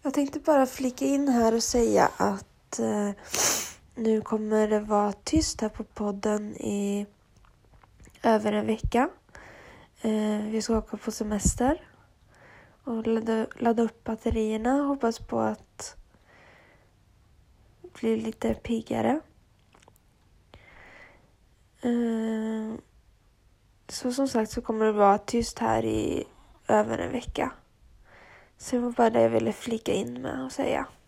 Jag tänkte bara flika in här och säga att nu kommer det vara tyst här på podden i över en vecka. Vi ska åka på semester och ladda upp batterierna. Hoppas på att bli lite piggare. Så som sagt så kommer det vara tyst här i över en vecka. Så det var bara det jag ville flika in med och säga.